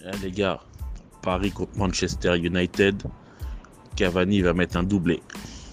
Les gars, Paris contre Manchester United, Cavani va mettre un doublé.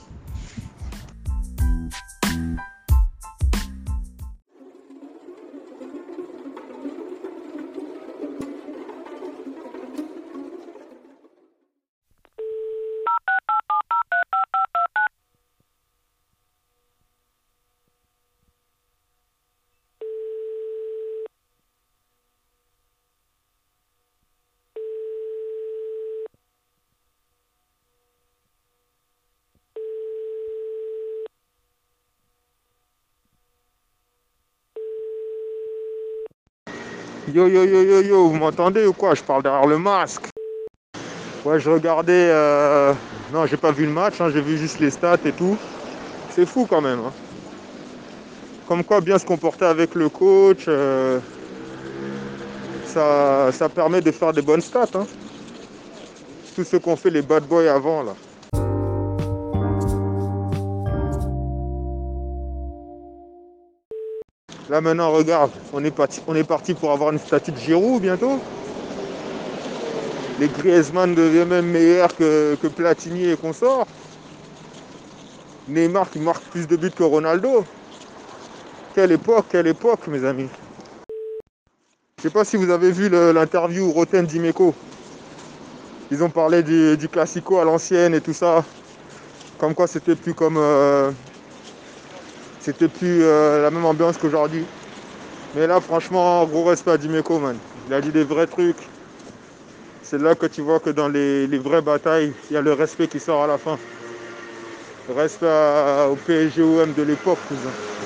Yo yo yo yo yo, vous m'entendez ou quoi? Je parle derrière le masque. Ouais, je regardais. Non, j'ai pas vu le match, hein, j'ai vu juste les stats et tout. C'est fou quand même, hein. Comme quoi, bien se comporter avec le coach, ça permet de faire des bonnes stats, hein. Tout ce qu'ont fait les bad boys avant là. Là maintenant, regarde, on est parti pour avoir une statue de Giroud bientôt. Les Griezmann deviennent même meilleurs que Platini et consorts. Neymar qui marque plus de buts que Ronaldo. Quelle époque, mes amis. Je sais pas si vous avez vu l'interview Roten Dimeco. Ils ont parlé du Classico à l'ancienne et tout ça. Comme quoi c'était plus la même ambiance qu'aujourd'hui. Mais là, franchement, gros respect à Dimeco, man. Il a dit des vrais trucs. C'est là que tu vois que dans les vraies batailles, il y a le respect qui sort à la fin. Respect au PSGOM de l'époque, cousin.